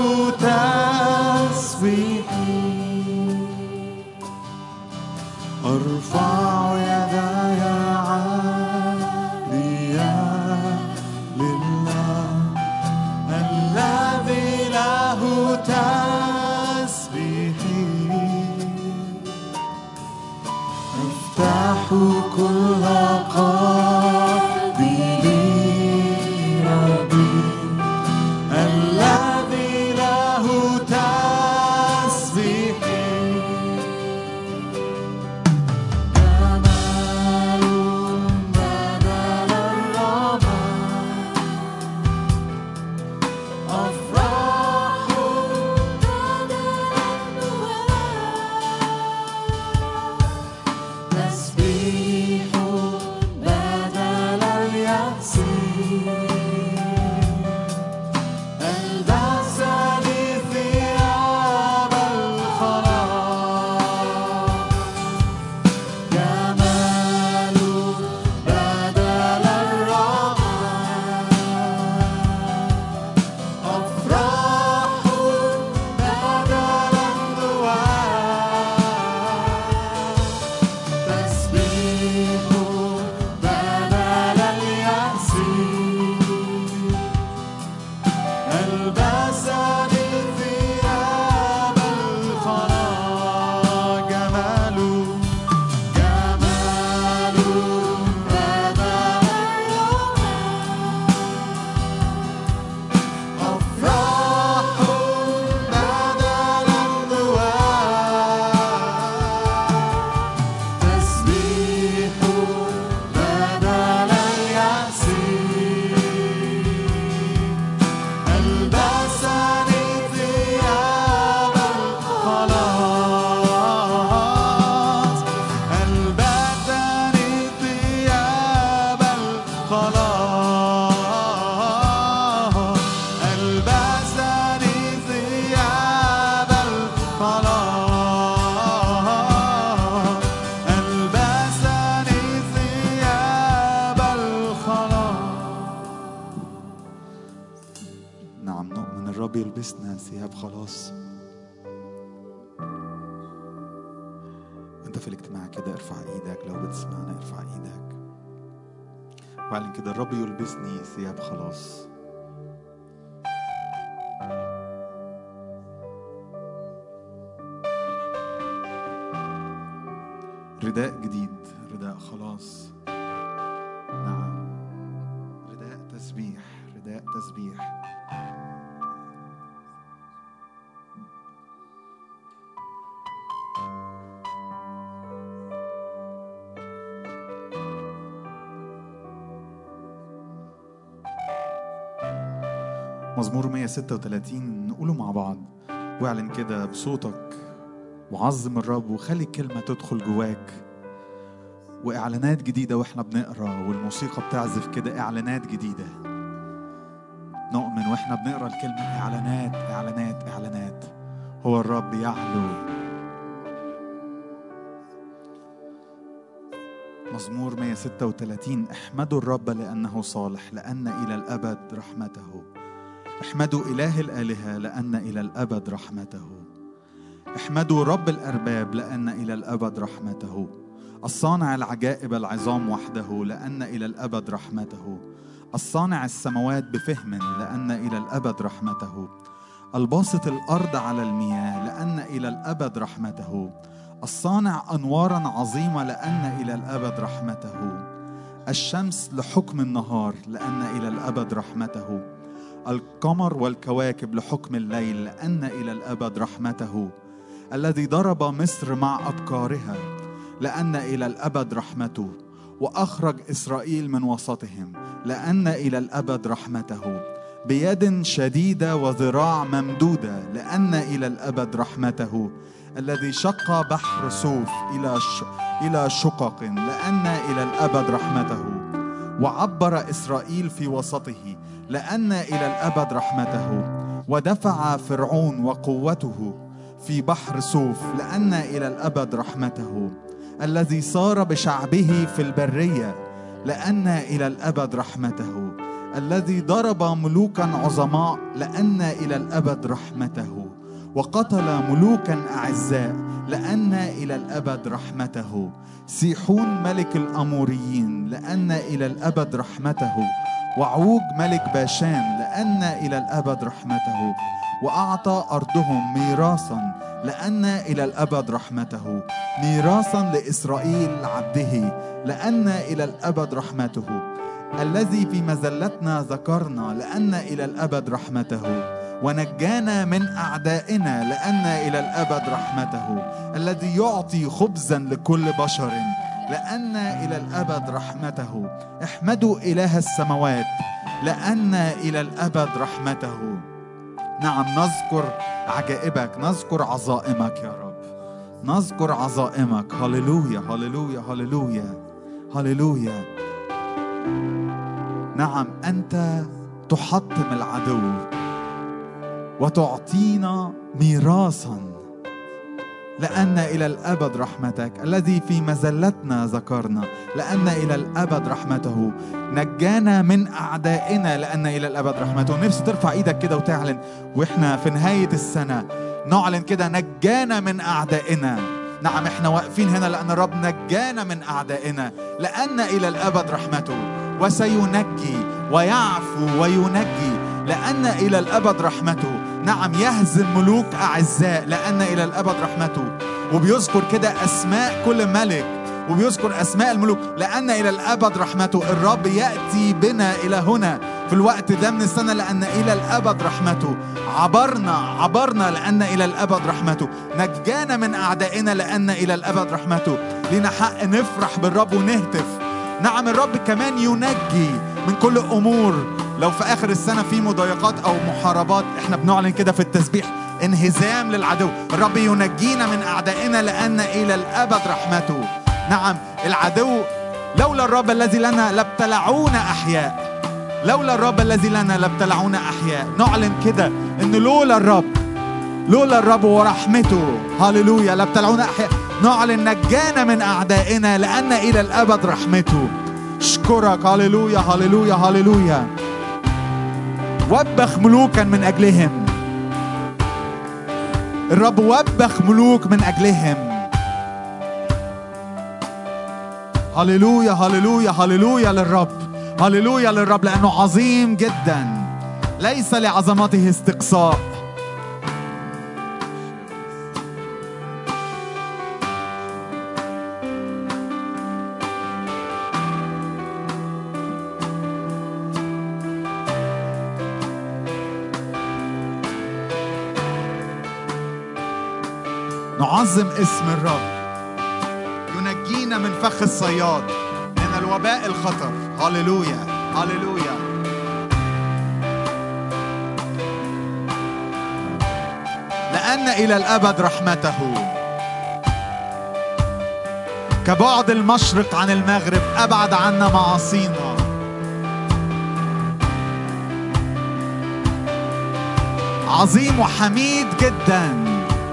تسبيحي، أرفع يداي عالية لله الذي له تسبيحي، أفتح كل قلبي لربي الذي له تسبيحي، جمال بدل الرماد، أفراح بدل النوال، تسبيح بدل اليأس، ألبسني ثياب الخلاص، جمال بدل الرماد، أفراح بدل النوال، تسبيح بدل اليأس، ألبسني ثياب الخلاص، جمال بدل الرماد، أفراح بدل النوال، تسبيح بدل اليأس، ألبسني ثياب الخلاص، ألبسني ثياب الخلاص، ألبسني ثياب الخلاص، ألبسني ثياب الخلاص. نعم، نؤمن الرب يلبسنا ثياب خلاص. انت في الاجتماع كده ارفع ايدك، لو بتسمعنا ارفع ايدك واعلن كده: الرب يلبسني ثياب خلاص. رداء جديد، رداء خلاص. نعم، رداء تسبيح، رداء تسبيح. مزمور 136 نقوله مع بعض، واعلن كده بصوتك وعظم الرب وخلي الكلمة تدخل جواك، وإعلانات جديدة وإحنا بنقرأ والموسيقى بتعزف كده إعلانات جديدة. نؤمن وإحنا بنقرأ الكلمة إعلانات إعلانات إعلانات. هو الرب يعلو. مزمور 136: احمدوا الرب لأنه صالح، لأن إلى الأبد رحمته. احمدوا إله الآلهة لأن إلى الأبد رحمته. احمدوا رب الأرباب لأن إلى الأبد رحمته. الصانع العجائب العظام وحده لأن إلى الأبد رحمته. الصانع السماوات بفهم لأن إلى الأبد رحمته. الباسط الأرض على المياه لأن إلى الأبد رحمته. الصانع أنوارا عظيمة لأن إلى الأبد رحمته. الشمس لحكم النهار لأن إلى الأبد رحمته. القمر والكواكب لحكم الليل لأن إلى الأبد رحمته. الذي ضرب مصر مع أبكارها لأن إلى الأبد رحمته. وأخرج إسرائيل من وسطهم لأن إلى الأبد رحمته. بيد شديدة وذراع ممدودة لأن إلى الأبد رحمته. الذي شق بحر صوف إلى شقق لأن إلى الأبد رحمته. وعبر إسرائيل في وسطه لأن إلى الأبد رحمته. ودفع فرعون وقوته في بحر صوف لأن إلى الأبد رحمته. الذي صار بشعبه في البرية لأن إلى الأبد رحمته. الذي ضرب ملوكا عظماء لأن إلى الأبد رحمته، وقتل ملوكا أعزاء لأن إلى الأبد رحمته. سيحون ملك الأموريين لأن إلى الأبد رحمته، وعوج ملك باشان لأن إلى الأبد رحمته. وأعطى أرضهم ميراثا لأن إلى الأبد رحمته، ميراثا لإسرائيل عبده لأن إلى الأبد رحمته. الذي في مذلتنا ذكرنا لأن إلى الأبد رحمته، ونجانا من أعدائنا لأن إلى الأبد رحمته. الذي يعطي خبزا لكل بشر لأن إلى الأبد رحمته. احمدوا إله السماوات لأن إلى الأبد رحمته. نعم، نذكر عجائبك، نذكر عظائمك يا رب، نذكر عظائمك. هللويا هللويا هللويا هللويا. نعم، أنت تحطم العدو وتعطينا ميراثا لأن إلى الأبد رحمتك. الذي في مذلتنا ذكرنا لأن إلى الأبد رحمته، نجانا من أعدائنا لأن إلى الأبد رحمته. نفسي ترفع إيدك كده وتعلن، وإحنا في نهاية السنة نعلن كده، نجانا من أعدائنا. نعم، إحنا واقفين هنا لأن الرب نجانا من أعدائنا لأن إلى الأبد رحمته، وسينجي ويعفو وينجي لأن إلى الأبد رحمته. نعم، يهزم ملوك أعزاء لأن إلى الأبد رحمته. وبيذكر كده أسماء كل ملك، وبيذكر أسماء الملوك لأن إلى الأبد رحمته. الرب يأتي بنا إلى هنا في الوقت ده من السنة لأن إلى الأبد رحمته. عبرنا لأن إلى الأبد رحمته. نجانا من أعدائنا لأن إلى الأبد رحمته. لنا حق نفرح بالرب ونهتف. نعم، الرب كمان ينجي من كل أمور. لو في آخر السنة في مضايقات أو محاربات، إحنا بنعلن كده في التسبيح انهزام للعدو. الرب ينجينا من أعدائنا لأن إلى الأبد رحمته. نعم، العدو لولا الرب الذي لنا لابتلعونا أحياء، لولا الرب الذي لنا لابتلعونا أحياء. نعلن كده إن لولا الرب ورحمته، هاليلويا، لابتلعونا أحياء. نعلن نجانا من أعدائنا لأن إلى الأبد رحمته. اشكرك، هاليلويا هاليلويا هاليلويا. وبخ ملوكا من أجلهم، الرب وبخ ملوك من أجلهم. هاليلويا هاليلويا هاليلويا للرب، هاليلويا للرب، لأنه عظيم جدا، ليس لعظمته استقصاء. نعظم اسم الرب. ينجينا من فخ الصياد، من الوباء الخطر. هاليلويا هاليلويا. لأن إلى الأبد رحمته، كبعد المشرق عن المغرب أبعد عنا معاصينا. عظيم وحميد جدا.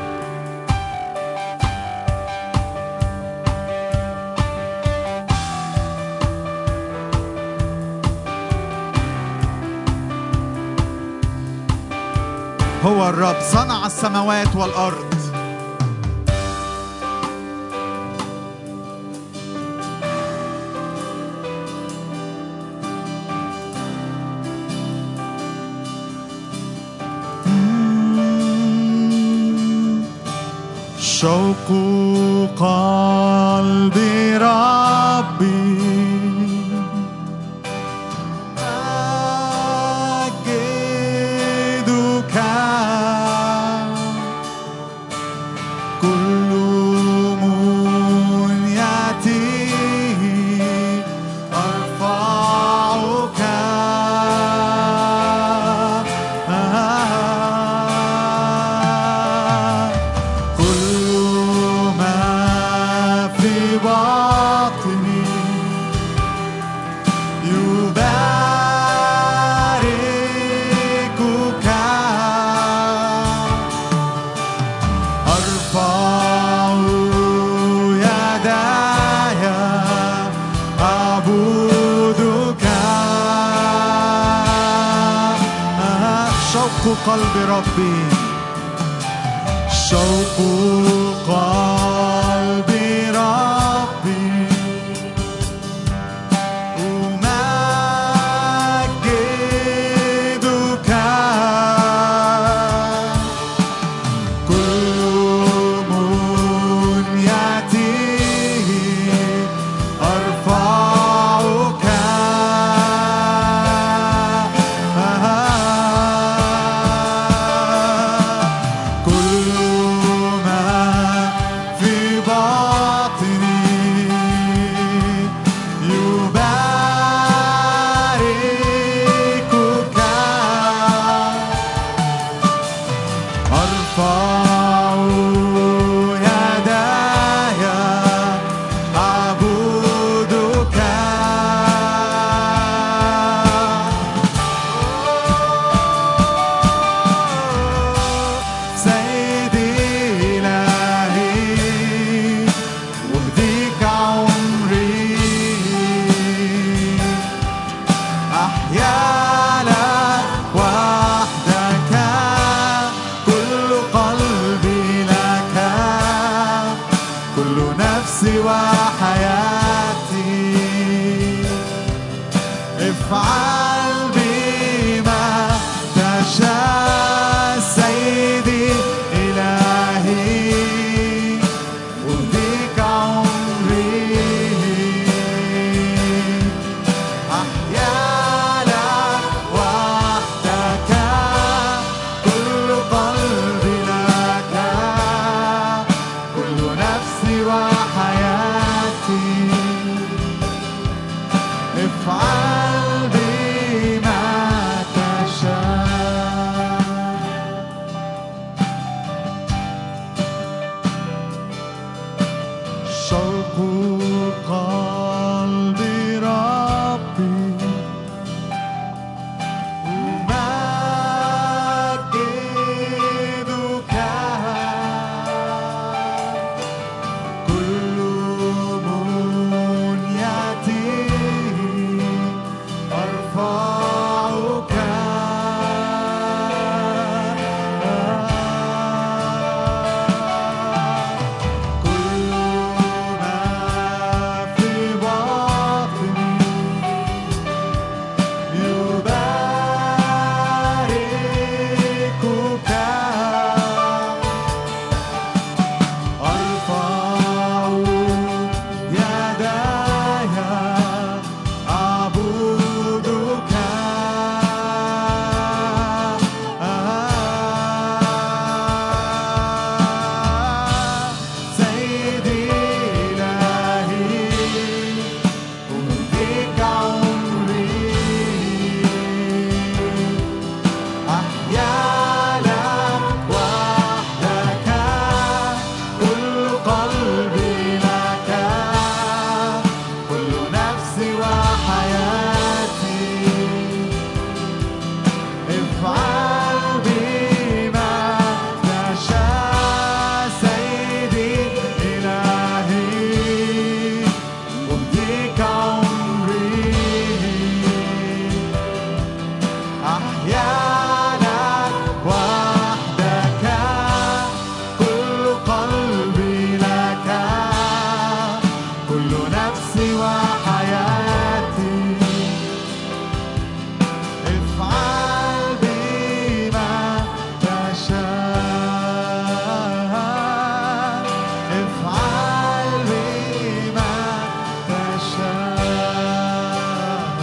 هو الرب صنع السماوات والأرض. شوق قلبي ربي في شوق قلب ربي، شوق قلب ربي أمجدك، كل منيته أرفعك، كل ما في باطني يباركك، أرفع يداي أعبدك، سيدي إلهي أهديك عمري، أحيا لك وحدك، كل قلبي لك، كل نفسي وحياتي، افعل بما تشاء، سيدي إلهي أهديك عمري، أحيا لك وحدك، كل قلبي لك، كل نفسي وحياتي، افعل بما تشاء. شوق قلب ربي أمجدك، كل منيته أرفعك، كل ما في باطني يباركك، أرفع يداي أعبدك، سيدي إلهي أهديك عمري، أحيا لك وحدك، كل قلبي لك، كل نفسي وحياتي، افعل بما تشاء، سيدي إلهي أهديك عمري، أحيا لك وحدك، كل قلبي لك، كل نفسي وحياتي، افعل بما تشاء، افعل بما تشاء،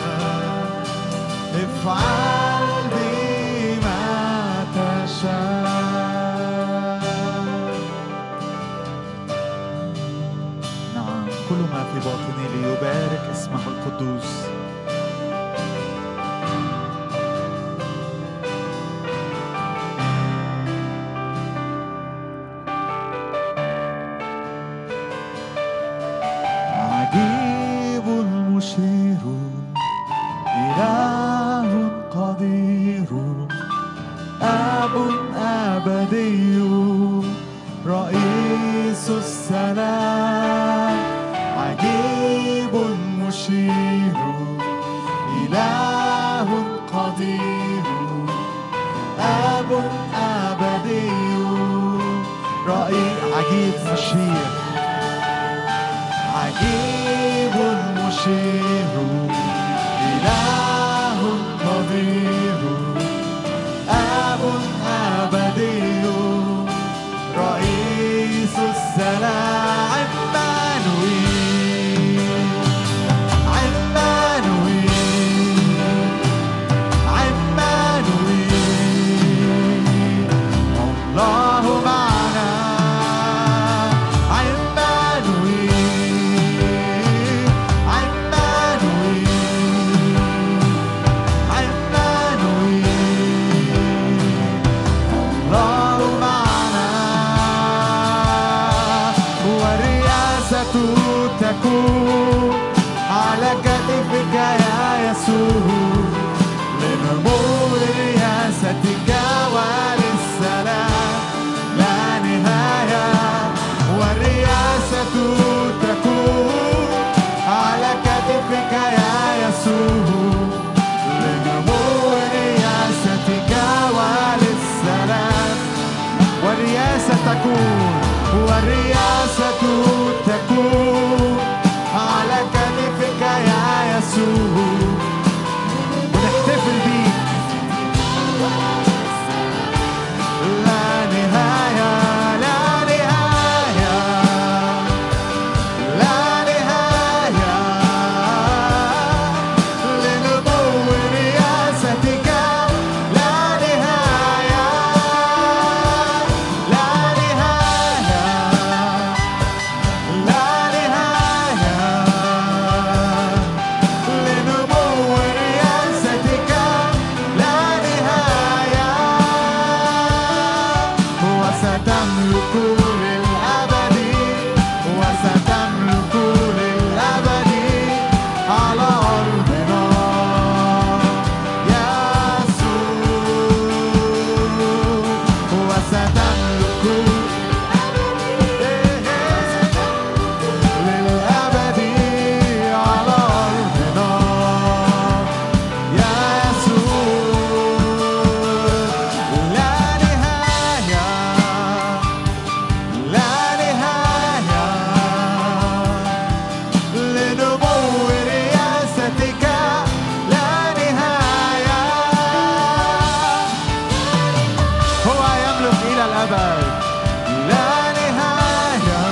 افعل بما تشاء. نعم، كل ما في باطني ليبارك اسمه القدوس. عجيب المشير، إله قدير، آب أبدي، رئيس السلام، عجيب مشير، إله قدير، آب أبدي رأي عجيب مشير، عجيب مشير، إله نظير، آب أبدي رئيس السلام، على كتفك يا يسوع لنمو رياستك وللسلام لا نهاية، والرياسة تكون على كتفك يا يسوع لنمو رياستك وللسلام، والرياسة تكون، والرياسة تكون على كتفك يا يسوع، ونحتفل بيك لا نهاية، لا نهاية، لا نهاية لنمو رياستك، لا نهاية، لا نهاية، لا نهاية لنمو رياستك، لا نهاية، وستملك للأبد، وستملك للأبد على أرضنا يسوع، وستملك للأبد على أرضنا يسوع، لا نهاية، لا نهاية لنمو رياستك، لا نهاية، هو يملك إلى الأبد، لا نهاية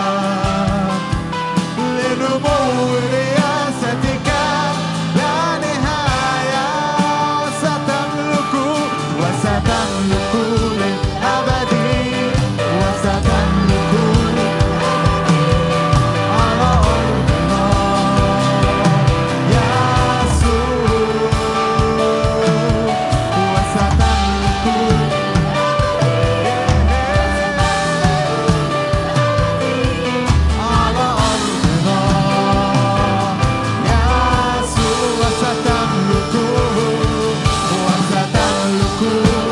لنمو رياستك، لا نهاية، ستملك، وستملك للأبد، وستملك على أرضنا يسوع، وستملك على أرضنا يسوع، وستملك، وستملك،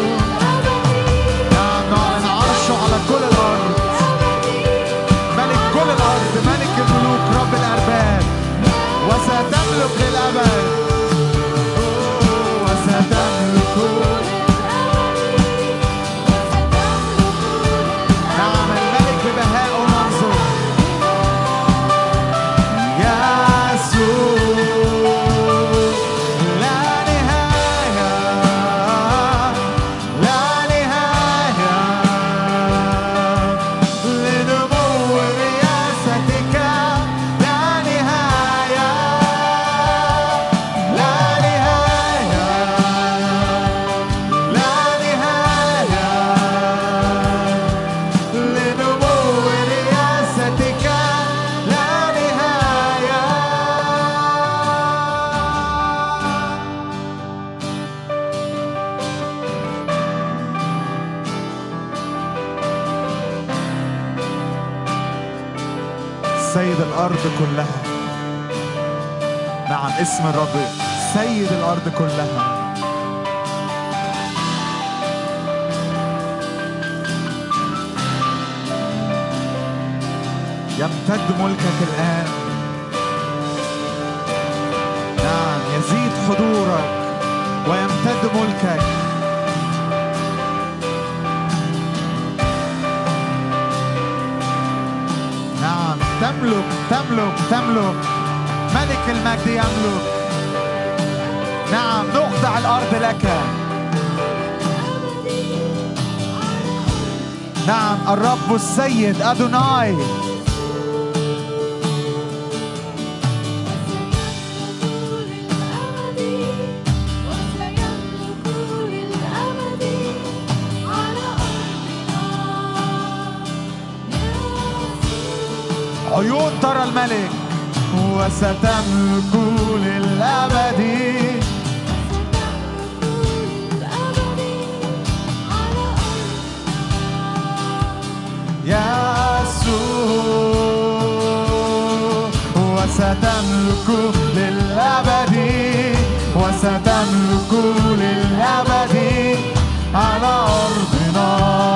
نعم نعلن عرشه على كل الأرض، ملك كل الأرض، ملك الملوك، رب الأرباب، وستملك للأبد، وستملك، نعم الملك ببهاء وننظر يسوع، لا نهاية، لا نهاية لنمو رياستك، لا نهاية، لا نهاية، لا نهاية لنمو رياستك، لا نهاية. سيد الأرض كلها، نعم اسم الرب سيد الأرض كلها، يمتد ملكك الآن، نعم يزيد حضورك ويمتد ملكك، تملك تملك تملك، ملك المجد يملك. نعم، نخضع الأرض لك. نعم، الرب السيد أدوناي. عيون ترى الملك وستملك للأبد. يسوع وستملك للأبد، وستملك للأبد على أرضنا.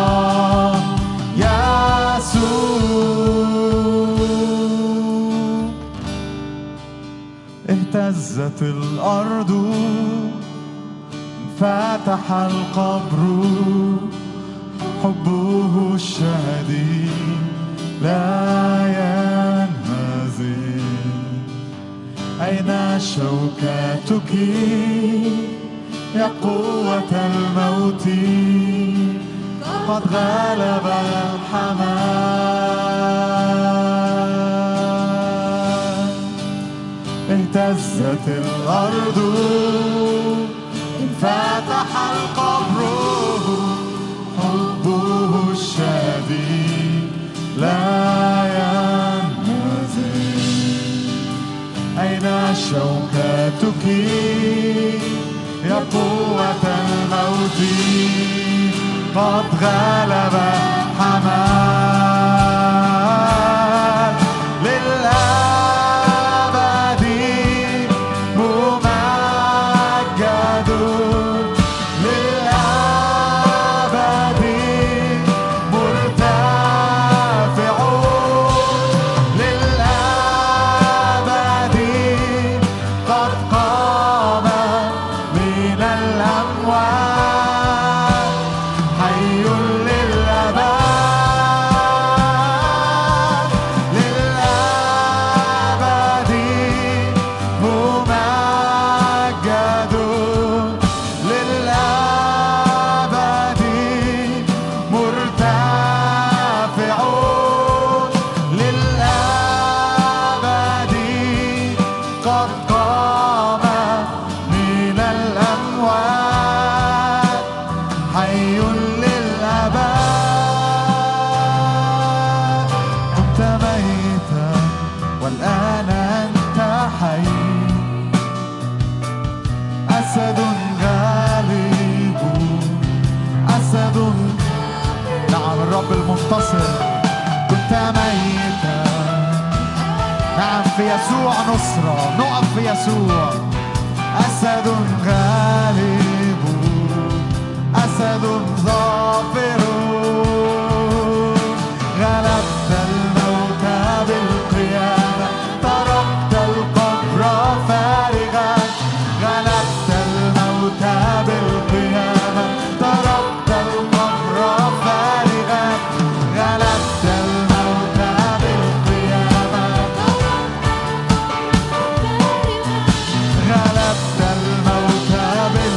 اهتزت الأرض، فتح القبر، حبه الشهدي لا ينهزم. أين شوكتك يا قوة الموت؟ قد غلب الحمام. اهتزت الأرض، انفتح القبر، حبه الشهدي لا ينهزم. أين شوكتك يا قوة الموت؟ قد غلب حمام. للأبد ممجد، للأبد مرتفع، للأبد قد قام من الأموات، حي للأبد، للأبد ممجد، للأبد مرتفع، للأبد قد قام من الأموات، حي للأبد. كنت ميتا والآن أنت حي، أسد غالب، أسد. نعم، الرب المنتصر. كنت ميتا، نعم، في يسوع نصرة. نقف في يسوع. أسد غالب، أسد ظافر، غلبت الموت بالقيامة، تركت القبر فارغا. غلبت الموت بالقيامة، تركت القبر فارغا. غلبت الموت بالقيامة، غلبت الموت بالقيامة.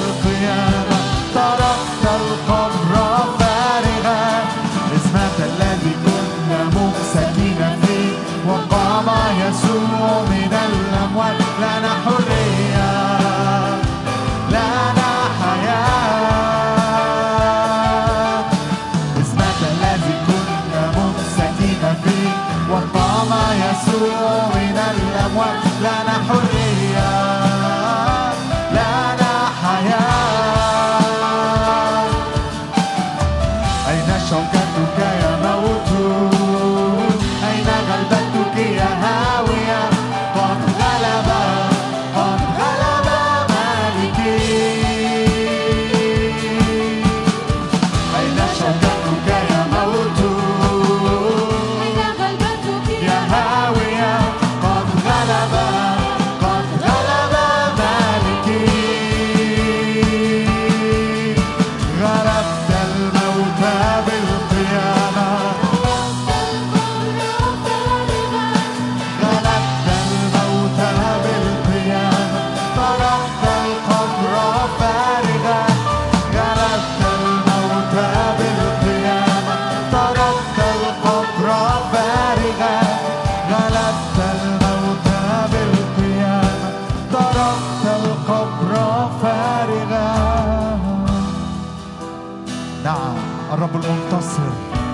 نعم، الرب المنتصر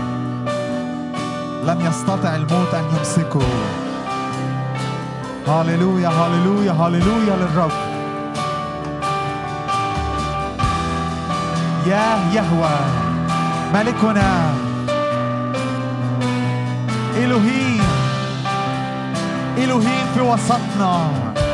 لم يستطع الموت أن يمسكه. هاليلويا هاليلويا هاليلويا للرب. يا يهوه ملكنا، إلهيم إلهيم في وسطنا.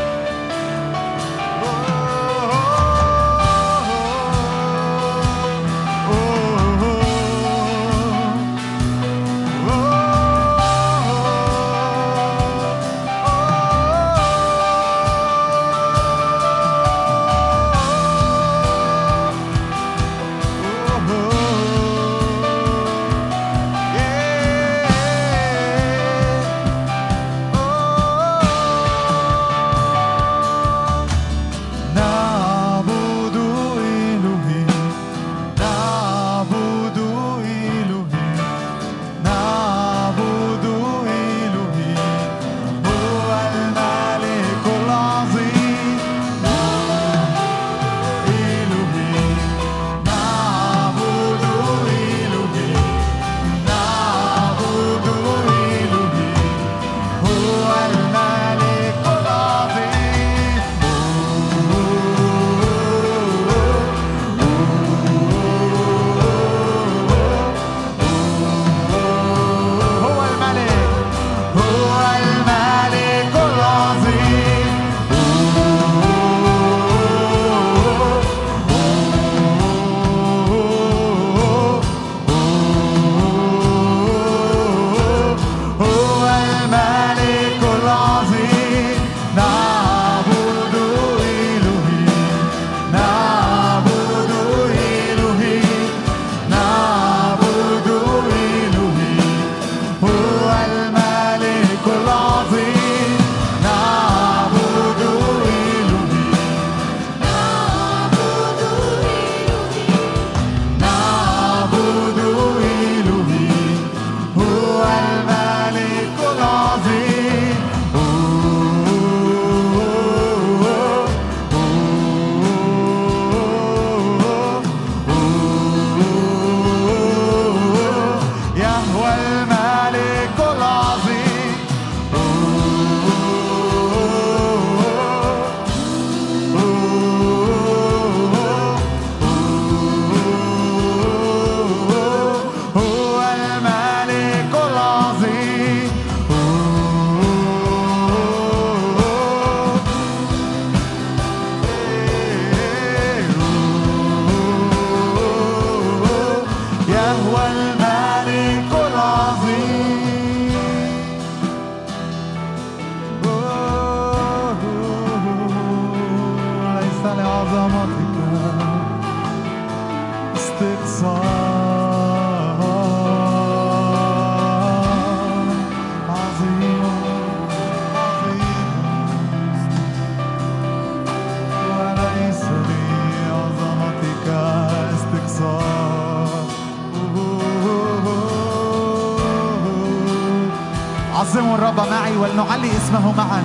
عظموا الرب معي ولنعلي اسمه معا.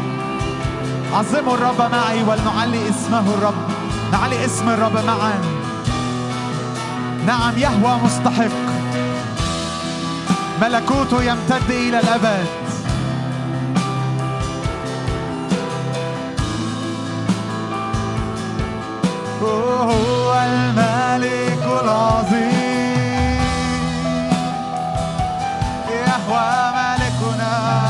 عظموا الرب معي ولنعلي اسمه الرب. نعلي اسم الرب معا. نعم، يهوى مستحق، ملكوته يمتد إلى الأبد. هو الملك العظيم، يهوى ملكنا.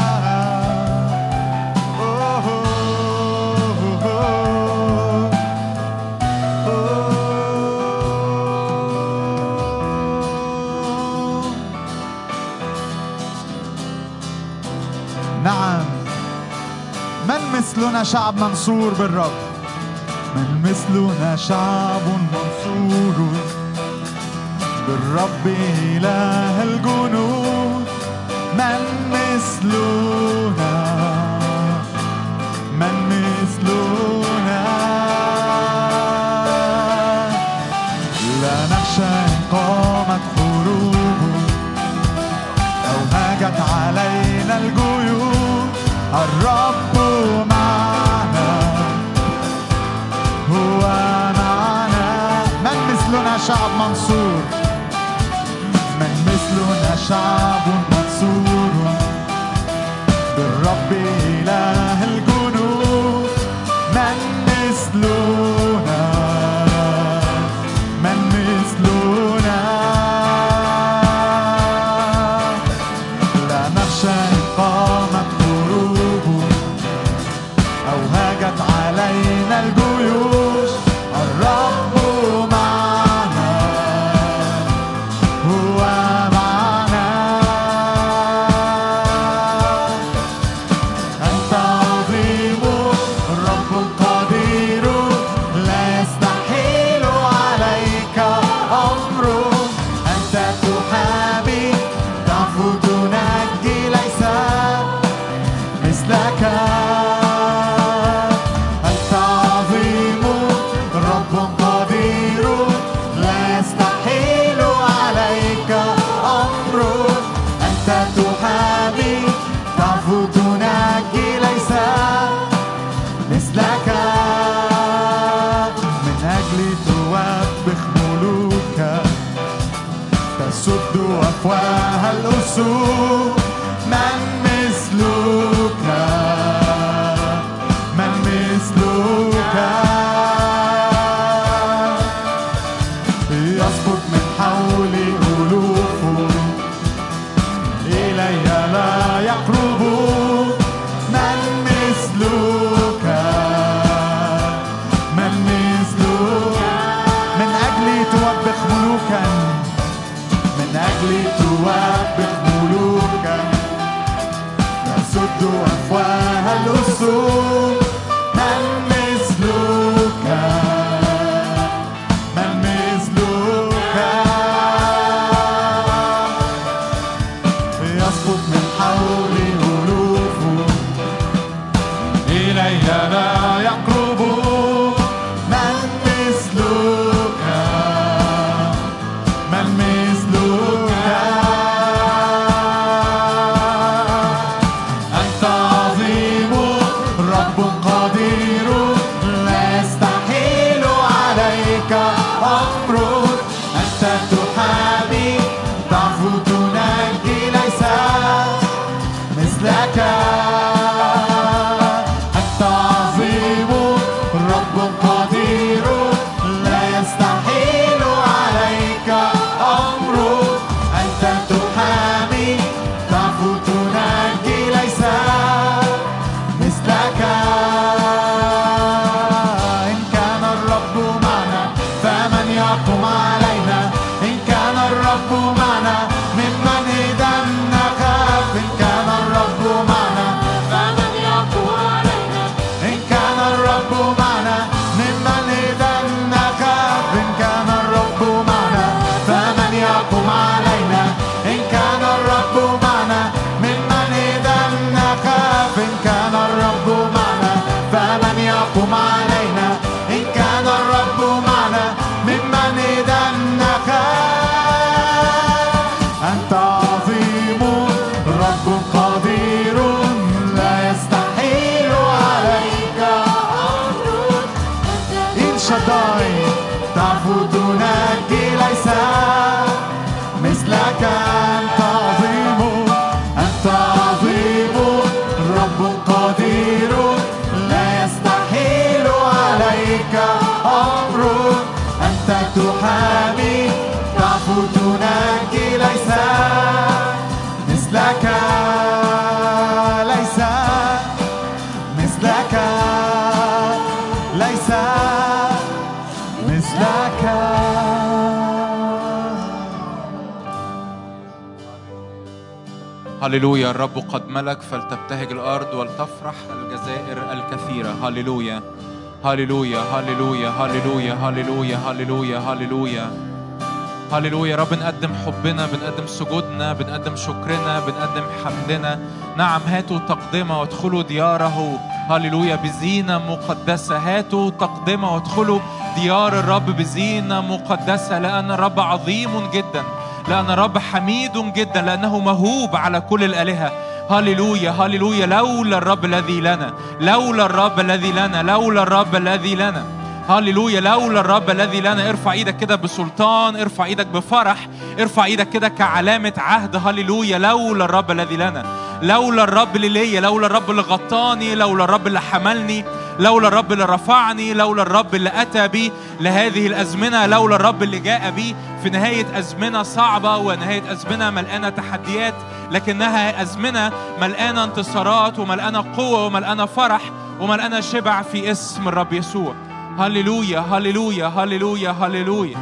نعم، من مثلنا شعب منصور بالرب، من مثلنا شعب منصور بالرب إله الجنود. من مثلنا، من مثلنا، لا نخشى إن قامت حروب أو هاجت علينا الجيوب. الرب معنا، هو معنا. من مثلنا شعب منصور. شعب منصور بالرب إله الجنود. من مثلنا، من مثلنا، لا نخشى إن قامت حروب أو هاجت علينا الجيوش. الرب معنا، هو معنا. أنت عظيم الرب القدير، لا يستحيل عليك أمر. أنت تحامي تعفو تنجي، ليس مثلك. أنت عظيم رب قدير، لا يستحيل عليك أمر. أنت تحامي تعفو تنجي، ليس مثلك. من أجل توبخ ملوكا، تسد أفواه الأسود. من مثلك، من مثلك، يسقط من حولي ألوف، إلي لا يقرب. من مثلك، من مثلك، من أجل توبخ ملوكا، من أجل توبخ ملوكا، تسد أفواه الأسود. من مثلك، من مثلك، يسقط من حولي ألوف، إلي لا يقرب. من مثلك، من مثلك، أنت عظيم رب قدير، لا يستحيل عليك أمر. أنت تحامي تعفو تنجي، ليس مثلك. أنت عظيم رب قدير، لا يستحيل عليك أمر. أنت تحامي تعفو تنجي، ليس مثلك. إن كان الرب معنا فمن يقوم علينا. إن كان الرب معنا ممن إذا نخاف. إن كان الرب معنا فمن يقوم علينا. إن كان الرب معنا ممن إذا نخاف. إن كان الرب معنا فمن يقوم علينا. إن كان الرب معنا ممن إذا نخاف. إن كان الرب معنا فمن يقوم علينا. إن كان الرب معنا ممن إذا نخاف. أنت عظيم رب قدير، لا يستحيل عليك أمر. إل شداي تعفو تنجي، ليس مثلك. أنت عظيم، أنت عظيم رب قدير، لا يستحيل عليك أمر. أنت تحامي تعفو تنجي، ليس مثلك، ليس مثلك، ليس مثلك. هللويا. الرب قد ملك، فلتبتهج الأرض ولتفرح الجزائر الكثيرة. هللويا، هللويا، هللويا، هللويا، هللويا، هللويا، هللويا، هللويا. رب بنقدم حبنا، بنقدم سجودنا، بنقدم شكرنا، بنقدم حمدنا. نعم، هاتوا تقدمة وادخلوا دياره. هللويا، بزينة مقدسة. هاتوا تقدمة وادخلوا ديار الرب بزينة مقدسة، لأن الرب عظيم جدا، لأن الرب حميد جدا، لأنه مهوب على كل الآلهة. هللويا، هللويا. لولا الرب الذي لنا، لولا الرب الذي لنا، لولا الرب الذي لنا. هاليلويا. لولا الرب الذي لنا، ارفع ايدك كده بسلطان، ارفع ايدك بفرح، ارفع ايدك كده كعلامة عهد. هاليلويا. لولا الرب الذي لنا، لولا الرب اللي ليا، لولا الرب اللي غطاني، لولا الرب اللي حملني، لولا الرب اللي رفعني، لولا الرب اللي أتى بي لهذه الأزمنة، لولا الرب اللي جاء بي في نهاية أزمنة صعبة ونهاية أزمنة ملقانة تحديات، لكنها أزمنة ملقانة انتصارات وملقانة قوة وملقانة فرح وملقانة شبع في اسم الرب يسوع. هاليلويا هاليلويا هاليلويا هاليلويا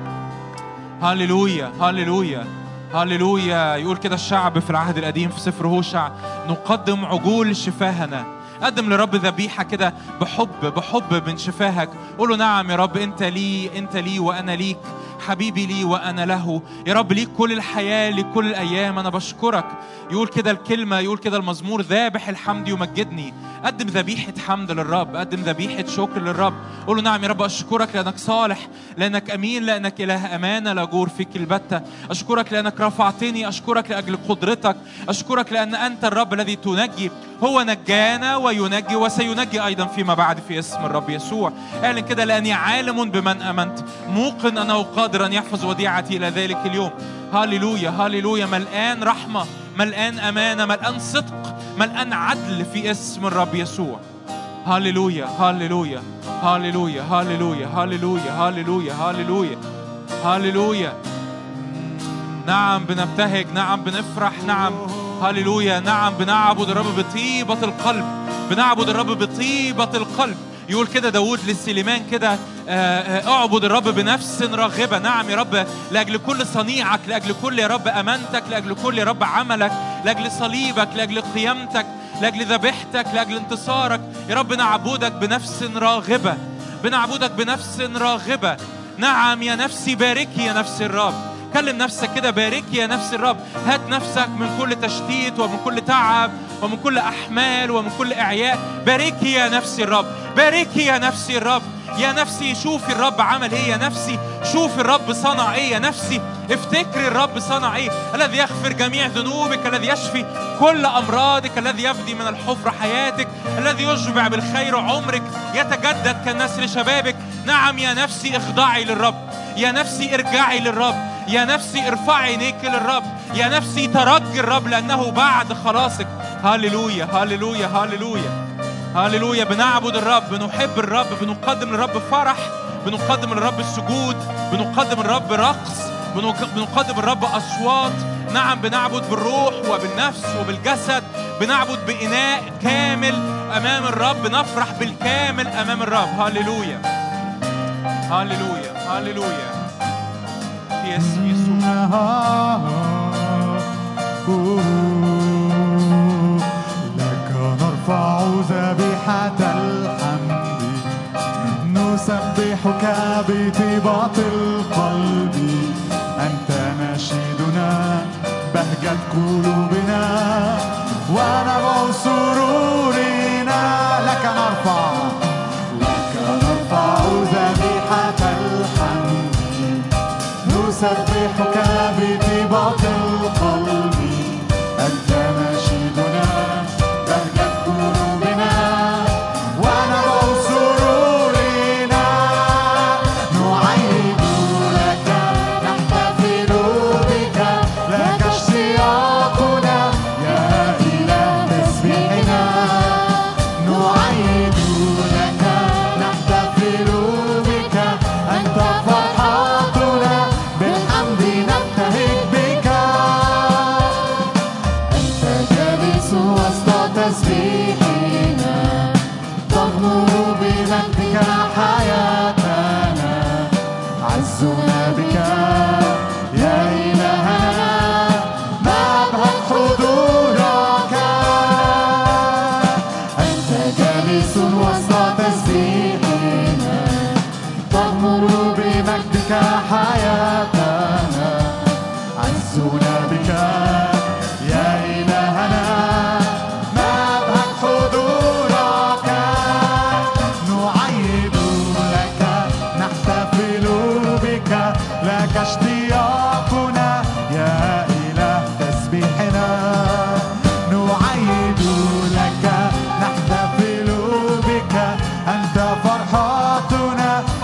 هاليلويا هاليلويا هاليلويا. يقول كده الشعب في العهد القديم في سفر هوشع: نقدم عجول شفاهنا. قدم لرب ذبيحة كده بحب من شفاهك. قول له: نعم يا رب، أنت لي وأنا ليك، حبيبي لي وأنا له. يا رب ليك كل الحياة، ليك كل الأيام، أنا بشكرك. يقول كده الكلمة، يقول كده المزمور: ذابح الحمد يمجدني. قدم ذبيحة حمد للرب، قدم ذبيحة شكر للرب. قول له: نعم يا رب، أشكرك لأنك صالح، لأنك أمين، لأنك إله أمانة لا جور فيك البتة. أشكرك لأنك رفعتني، أشكرك لأجل قدرتك، أشكرك لأن أنت الرب الذي تنجي. هو نجانا وينجي وسينجي أيضا فيما بعد في اسم الرب يسوع. اعلن كده: لأني عالم بمن أمنت، موقن أنه قادر أن يحفظ وديعتي إلى ذلك اليوم. هاليلويا هاليلويا. ملآن رحمة، ملآن أمانة، ملآن صدق، ملآن عدل في اسم الرب يسوع. هاليلويا هاليلويا هاليلويا هاليلويا هاليلويا هاليلويا هاليلويا هاليلويا. نعم بنبتهج، نعم بنفرح، نعم هاليلويا. نعم بنعبد الرب بطيبة القلب، بنعبد الرب بطيبة القلب. يقول كده داود لسليمان كده: اعبد الرب بنفس راغبة. نعم يا رب، لأجل كل صنيعك، لأجل كل يا رب أمانتك، لأجل كل يا رب عملك، لأجل صليبك، لأجل قيامتك، لأجل ذبيحتك، لأجل انتصارك. يا رب نعبدك بنفس راغبة، بنعبدك بنفس راغبة. نعم يا نفسي باركي يا نفس الرب. كلم نفسك كده: باركي يا نفس الرب. هات نفسك من كل تشتيت ومن كل تعب ومن كل أحمال ومن كل إعياء. باركي يا نفسي الرب، باركي يا نفسي الرب. يا نفسي شوفي الرب عمل ايه، يا نفسي شوفي الرب صنع ايه، يا نفسي افتكري الرب صنع ايه. الذي يغفر جميع ذنوبك، الذي يشفي كل أمراضك، الذي يفدي من الحفرة حياتك، الذي يشبع بالخير عمرك، يتجدد كالنسر شبابك. نعم يا نفسي اخضعي للرب، يا نفسي ارجعي للرب، يا نفسي ارفعي عينيك للرب، يا نفسي ترجي الرب لأنه بعد خلاصك. هاليلويا هاليلويا هاليلويا هاليلويا. بنعبد الرب، بنحب الرب، بنقدم للرب فرح، بنقدم للرب السجود، بنقدم للرب رقص، بنقدم للرب أصوات. نعم بنعبد بالروح وبالنفس وبالجسد، بنعبد بإناء كامل أمام الرب، نفرح بالكامل أمام الرب. هاليلويا هاليلويا هاليلويا في اسم يسوع. نرفع ذبيحة الحمد، نسبحك بطيبة القلب. أنت نشيدنا، بهجة قلوبنا ونبع سرورنا. لك نرفع ذبيحة الحمد، نسبحك بطيبة القلب. أنت نشيدنا، بهجة قلوبنا ونبع سرورنا. نعيد لك، نحتفل بك، لك اشتياقنا يا إله تسبيحنا. نعيد لك، نحتفل بك، أنت فرحتنا، بالحمد نبتهج بك. أنت جالس وسط تسبيحنا، تغمر بمجدك حياتنا. عزنا بك يا إلهنا، نبهج حضورك. أنت جالس وسط تسبيحنا، تغمر بمجدك حياتنا. عزنا بك يا إلهنا، نبهج حضورك. نعيد لك، نحتفل بك، لك اشتياقنا يا إله تسبيحنا. نعيد لك، نحتفل بك، أنت فرحتنا،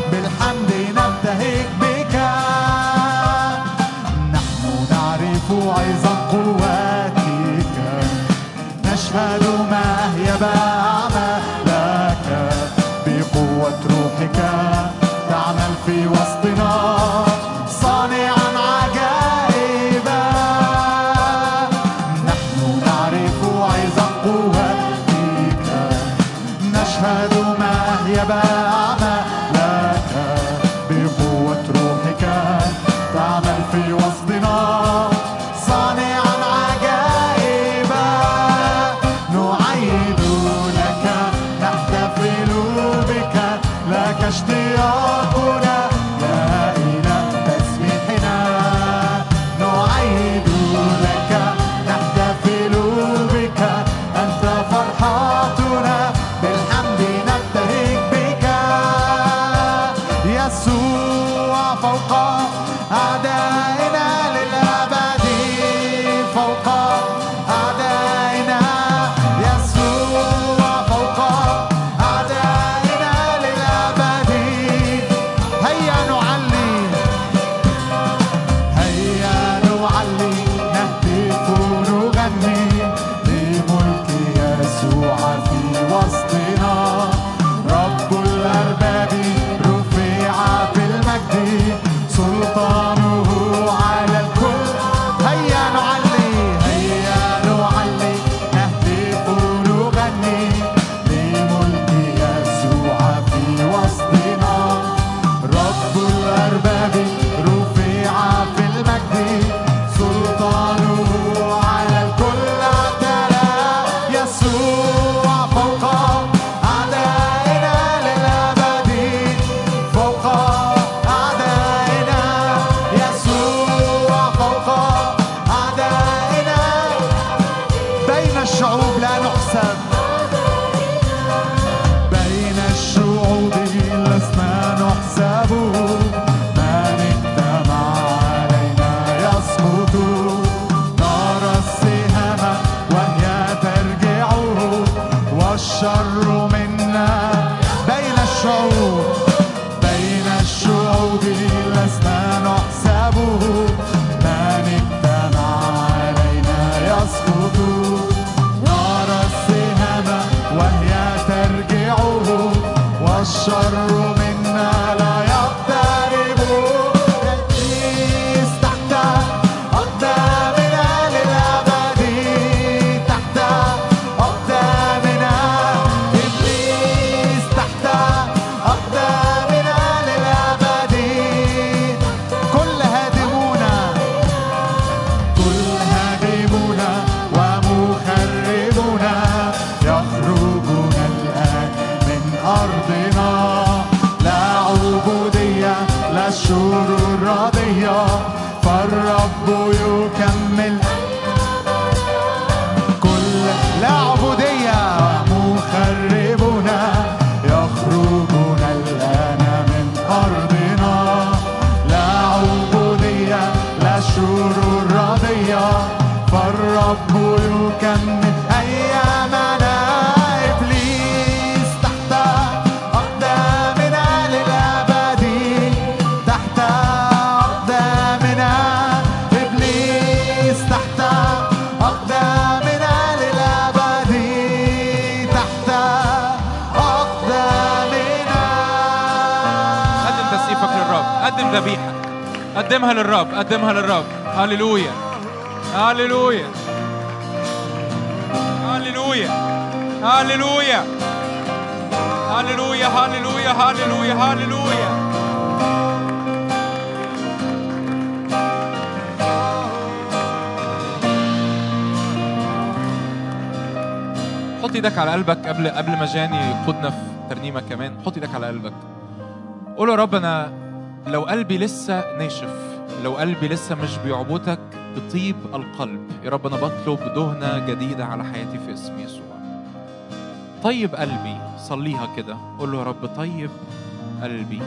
وسطنا صانعا عجائبا. نحن نعرف عظم قوتك، نشهد ما هي أعمالك، بقوة روحك تعمل في وسطنا صانعا عجائبا. نعيد لك نحتفل بك، لك اشتياقنا يا إله تسبيحنا. نعيد لك نحتفل بك، أنت فرحتنا، بالحمد نبتهج بك. يسوع فوق أعدائنا للأبد، فوق أعدائنا. يسوع فوق أعدائنا للأبد. هيا نعلي، هيا نعلي، نهتف نغني لملك يسوع في وسطنا. رب الأرباب رفع في المجد، سلطانه على الكل. هيا نعلي، هيا نعلي، نهتف نغني لملك يسوع في وسطنا. رب الأرباب رفع في المجد، سلطانه على الكل. اعتلى يسوع فوق أعدائنا للأبد، فوق أعدائنا. يسوع فوق أعدائنا. بين الشعوب لا نحسب، بين الشعوب لسنا نحسب. من اجتمع علينا يسقط، نرى السهام وهي ترجع، والشر منا. بين الشعوب، بين الشعوب لسنا نحسب. من اجتمع علينا يسقط، نرى السهام وهي ترجع، والشر منا لا يقترب. إبليس تحت أقدامنا للأبد، تحت أقدامنا. إبليس تحت أقدامنا للأبد. كل هادمونا، كل هادمونا ومخربونا يخرجون الآن من أرضنا. لا عبودية، لا شرور راضية، فالرب يكمل. كل لا عبودية مخربونا يخرجون الآن من أرضنا. لا عبودية، لا شرور راضية، فالرب يكمل أيامنا. إبليس تحت أقدامنا للأبد، تحت أقدامنا. إبليس تحت أقدامنا للأبد، تحت أقدامنا. قدم تسقيفك للرب، قدم ذبيحك، قدمها للرب، قدمها للرب. هللويا، هللويا، هللويا، هللويا، هللويا، هللويا، هللويا، هللويا. حط ايدك على قلبك قبل ما جاني يقودنا في ترنيمة كمان. حط ايدك على قلبك، قول يا رب أنا لو قلبي لسه ناشف، لو قلبي لسه مش بيعبدك بطيب القلب، يا رب أنا بطلب دهنة جديدة على حياتي في اسم يسوع. طيب قلبي، صليها كده، قول له يا رب طيب قلبي.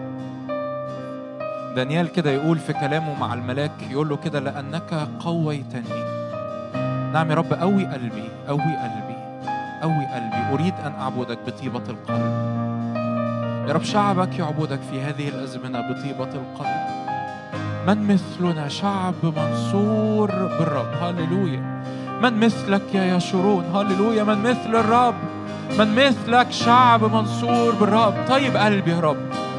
دانيال كده يقول في كلامه مع الملاك، يقول له كده لأنك قويتني. نعم يا رب، قوي قلبي، قوي قلبي، قوي قلبي، أريد أن أعبدك بطيبة القلب. يا رب شعبك يعبدك في هذه الأزمنة بطيبة القلب. من مثلنا شعب منصور بالرب. هللويا. من مثلك يا يشورون. هللويا. من مثل الرب، من مثلك شعب منصور بالرب. طيب قلبي يا رب،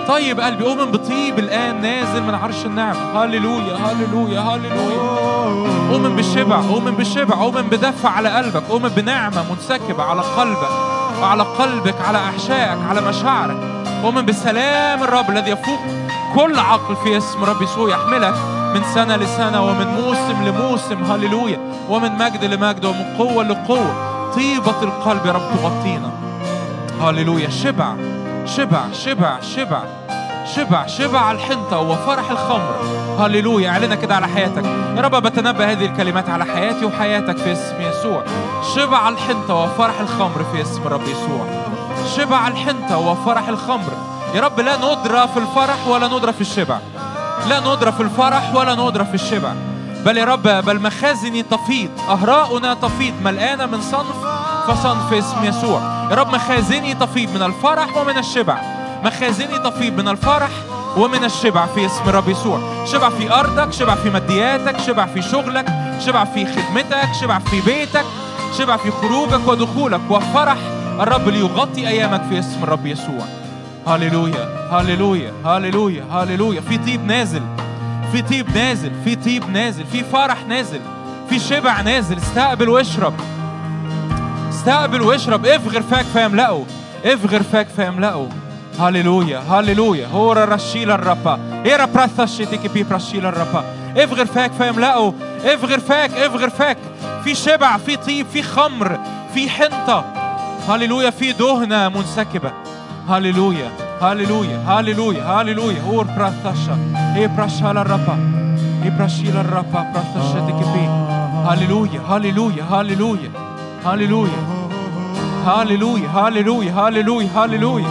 طيب قلبي، أؤمن بطيب الآن نازل من عرش النعمة. هاليلويا هاليلويا هاليلويا. أؤمن بالشبع، أؤمن بالشبع، أؤمن بدفع على قلبك، أؤمن بنعمة منسكبة على قلبك، على قلبك، على أحشائك، على مشاعرك. أؤمن بسلام الرب الذي يفوق كل عقل في اسم رب يسوع، يحملك من سنة لسنة ومن موسم لموسم. هاليلويا. ومن مجد لمجد ومن قوة لقوة. طيبة القلب يا رب تغطينا. هاليلويا. شبع شبع شبع شبع شبع شبع الحنطة وفرح الخمر. هاليلويا. اعلنها كده على حياتك. يا رب بتنبأ هذه الكلمات على حياتي وحياتك في اسم يسوع. شبع الحنطة وفرح الخمر في اسم رب يسوع. شبع الحنطة وفرح الخمر. يا رب لا ندرى في الفرح ولا ندرى في الشبع، لا ندرى في الفرح ولا ندرى في الشبع، بل يا رب بل مخازني تفيض، أهراؤنا تفيض، ملقانة من صنف فصنف في اسم يسوع. يا رب مخازني تفيض من الفرح ومن الشبع، مخازني تفيض من الفرح ومن الشبع في اسم رب يسوع. شبع في أرضك، شبع في مادياتك، شبع في شغلك، شبع في خدمتك، شبع في بيتك، شبع في خروجك ودخولك، وفرح الرب ليغطي أيامك في اسم الرب يسوع. هاليلويا هاليلويا هاليلويا هاليلويا. في طيب نازل، في طيب نازل، في طيب نازل، في فرح نازل، في شبع نازل. استقبل واشرب، استقبل واشرب. افغر فاك فيملأه، افغر فاك فيملأه. هاليلويا هاليلويا. هورا رشيل الربا ايرا براثشتك بي برشيل الربا. افغر فاك فيملأه، افغر فاك، افغر فاك. في شبع، في طيب، في خمر، في حنطة. هاليلويا. في دهنة منسكبة. هاليلويا هاليلويا هاليلويا هاليلويا. هور براثشا اي برشال الربا اي برشيل الربا براثشتك بي. هاليلويا هاليلويا هاليلويا هاليلويا هاليلويا هاليلويا هاليلويا هاليلويا.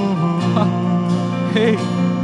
هي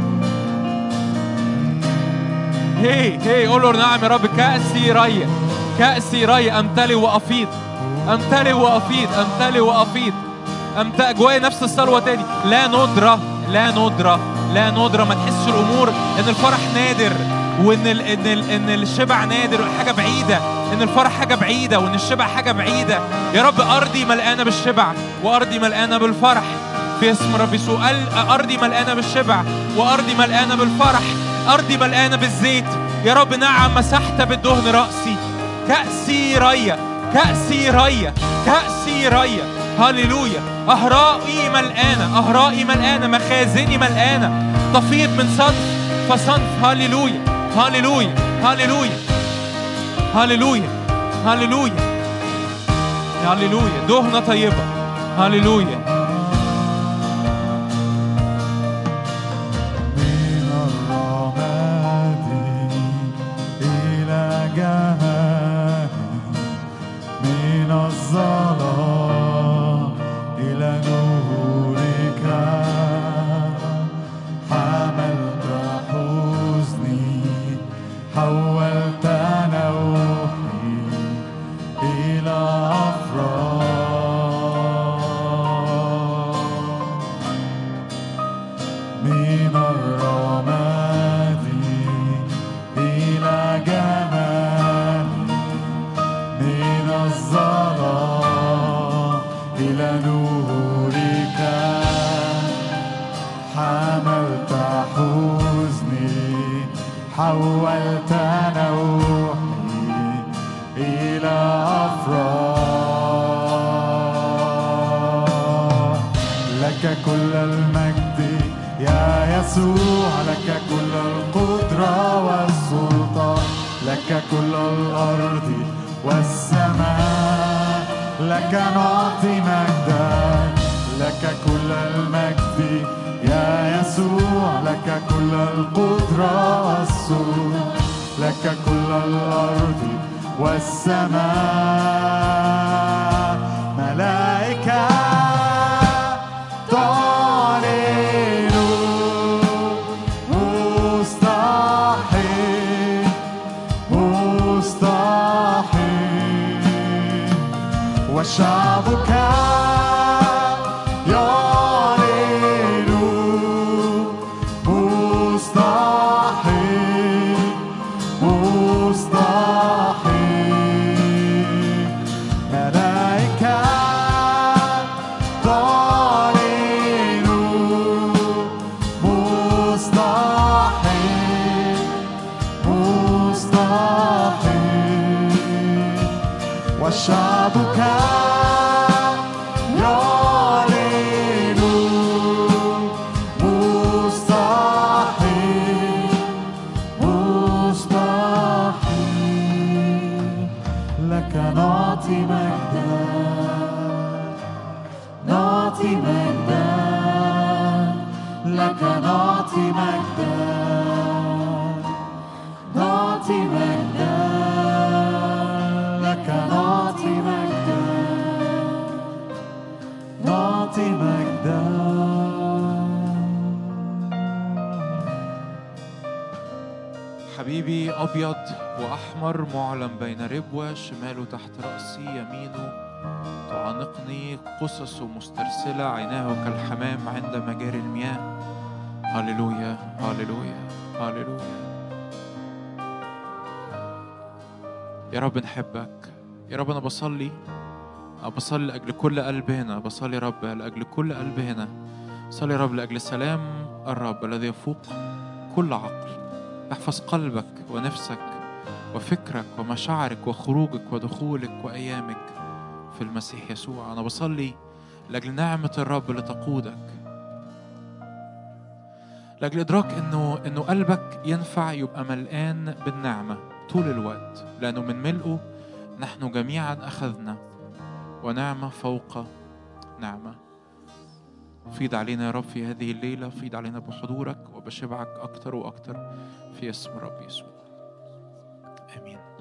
هي هي. قول له نعم يا رب. كأسي ري، كأسي ري. أمتلي وأفيض، أمتلي وأفيض، أمتلي وأفيض. جوايا نفس الصلوة تاني. لا ندرة، لا ندرة، لا ندرة. ما تحسش الأمور إن الفرح نادر، وإن إن الشبع نادر، حاجة بعيدة. إن الفرح حاجة بعيدة، وإن الشبع حاجة بعيدة. يا رب أرضي ملقانة بالشبع، وأرضي ملقانة بالفرح في اسم رب يسوع. أرضي ملقانة بالشبع، وأرضي ملقانة بالفرح. أرضي ملقانة بالزيت يا رب. نعم مسحت بالدهن رأسي. كأسي ريا، كأسي ريا، كأسي ريا. هاليلويا. أهرائي ملقانة، أهرائي ملقانة، مخازني ملقانة، تفيض من صنف فصنف. هاليلويا هاليلويا هاليلويا هاليلويا هاليلويا هاليلويا. دهنة طيبة. هاليلويا. من الرماد إلى جهنم، من الظلام إلى نورك، حملت حزني، حولت نوحي إلى أفراح. من الرماد إلى جمال، من الظلام إلى نورك، حملت حزني، حولت نوحي إلى أفراح. لك كل المجد يا يسوع، لك كل القدرة والسلطان، لك كل الأرض والسماء، لك نعطي مجدا. لك كل المجد يا يسوع، لك كل القدرة والسلطان، لك كل الأرض والسماء. ملائكة تعلن مستحيل، مستحيل، وشعبك يعلن مستحيل، مستحيل، وشعبك يعلن مستحيل مستحيل لك نعطي مجدا نعطي مجدا لك نعطي مجدا نعطي مجدا لك نعطي مجدا نعطي مجدا حبيبي أبيض وأحمر معلم بين ربوة، شماله تحت رأسي يمينه تعانقني، قصصه مسترسلة، عيناه كالحمام عند مجاري المياه. هاليلويا هاليلويا هاليلويا. يا رب نحبك يا رب. أنا بصلي لأجل كل قلب هنا، بصلي يا رب لأجل كل قلب هنا. صلي يا رب لأجل سلام الرب الذي يفوق كل عقل يحفظ قلبك ونفسك وفكرك ومشاعرك وخروجك ودخولك وأيامك في المسيح يسوع. أنا بصلي لأجل نعمة الرب اللي تقودك، لأجل إدراك إنه قلبك ينفع يبقى ملآن بالنعمة طول الوقت، لأنه من ملئه نحن جميعا أخذنا، ونعمة فوق نعمة. فيض علينا يا رب في هذه الليلة، فيض علينا بحضورك، وبشبعك أكتر وأكتر في اسم الرب يسوع. آمين.